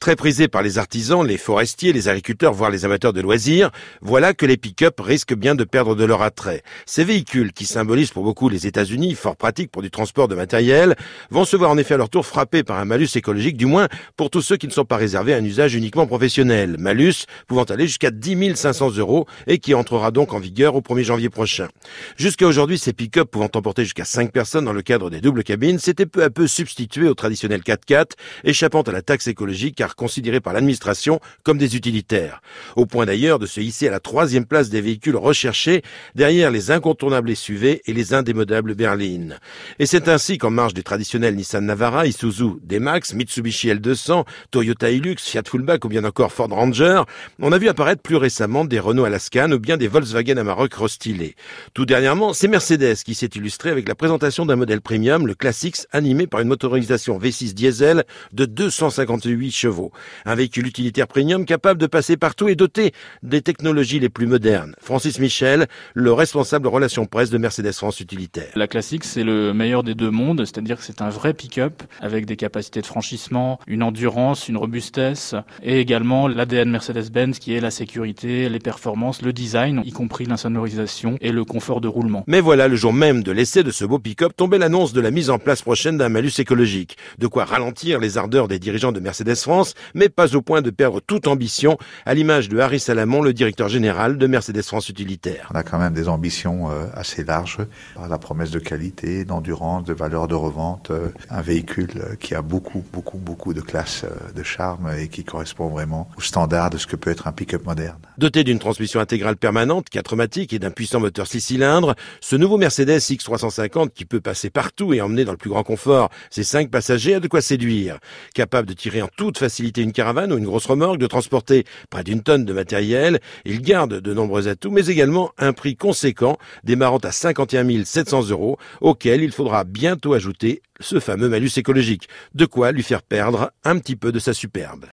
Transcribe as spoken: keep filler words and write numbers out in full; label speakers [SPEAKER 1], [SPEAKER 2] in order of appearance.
[SPEAKER 1] Très prisés par les artisans, les forestiers, les agriculteurs, voire les amateurs de loisirs, voilà que les pick-up risquent bien de perdre de leur attrait. Ces véhicules, qui symbolisent pour beaucoup les États-Unis, fort pratiques pour du transport de matériel, vont se voir en effet à leur tour frappés par un malus écologique, du moins pour tous ceux qui ne sont pas réservés à un usage uniquement professionnel. Malus pouvant aller jusqu'à dix mille cinq cents euros et qui entrera donc en vigueur au premier janvier prochain. Jusqu'à aujourd'hui, ces pick-up pouvant emporter jusqu'à cinq personnes dans le cadre des doubles cabines s'étaient peu à peu substitués au traditionnel quatre-quatre, échappant à la taxe écologique car considérés par l'administration comme des utilitaires. Au point d'ailleurs de se hisser à la troisième place des véhicules recherchés derrière les incontournables S U V et les indémodables berlines. Et c'est ainsi qu'en marge du traditionnel Nissan Navara, Isuzu D-Max, Mitsubishi L deux cents, Toyota Hilux, Fiat Fullback ou bien encore Ford Ranger, on a vu apparaître plus récemment des Renault Alaskan ou bien des Volkswagen Amarok restylés. Tout dernièrement, c'est Mercedes qui s'est illustré avec la présentation d'un modèle premium, le Classics, animé par une motorisation V six diesel de deux cent cinquante-huit chevaux. Un véhicule utilitaire premium capable de passer partout et doté des technologies les plus modernes. Francis Michel, le responsable relations presse de Mercedes France Utilitaire.
[SPEAKER 2] La Classics, c'est le meilleur des deux mondes, c'est-à-dire que c'est un vrai pick-up avec des capacités de franchissement, une endurance, une robustesse et également l'A D N Mercedes-Benz qui est la sécurité, les performances, le design, y compris l'insonorisation et le confort de roulement.
[SPEAKER 1] Mais voilà, le jour même de l'essai de ce beau pick-up tombait l'annonce de la mise en place prochaine d'un malus écologique. De quoi ralentir les ardeurs des dirigeants de Mercedes France, mais pas au point de perdre toute ambition, à l'image de Harry Salamon, le directeur général de Mercedes France Utilitaire.
[SPEAKER 3] On a quand même des ambitions euh, assez larges, par la promesse de qualité, d'endurance, de valeur de revente, euh, un véhicule euh, qui a beaucoup, beaucoup, beaucoup de classe, euh, de charme et qui correspond vraiment au standard de ce que peut être un pick-up moderne.
[SPEAKER 1] Doté d'une transmission intégrale permanente, quatre-matique et d'un puissant moteur six cylindres, ce nouveau Mercedes X trois cent cinquante qui peut passer partout et emmener dans le plus grand confort ses cinq passagers a de quoi séduire. Capable de tirer en toute faciliter une caravane ou une grosse remorque, de transporter près d'une tonne de matériel. Il garde de nombreux atouts, mais également un prix conséquent, démarrant à cinquante et un mille sept cents euros, auquel il faudra bientôt ajouter ce fameux malus écologique. De quoi lui faire perdre un petit peu de sa superbe.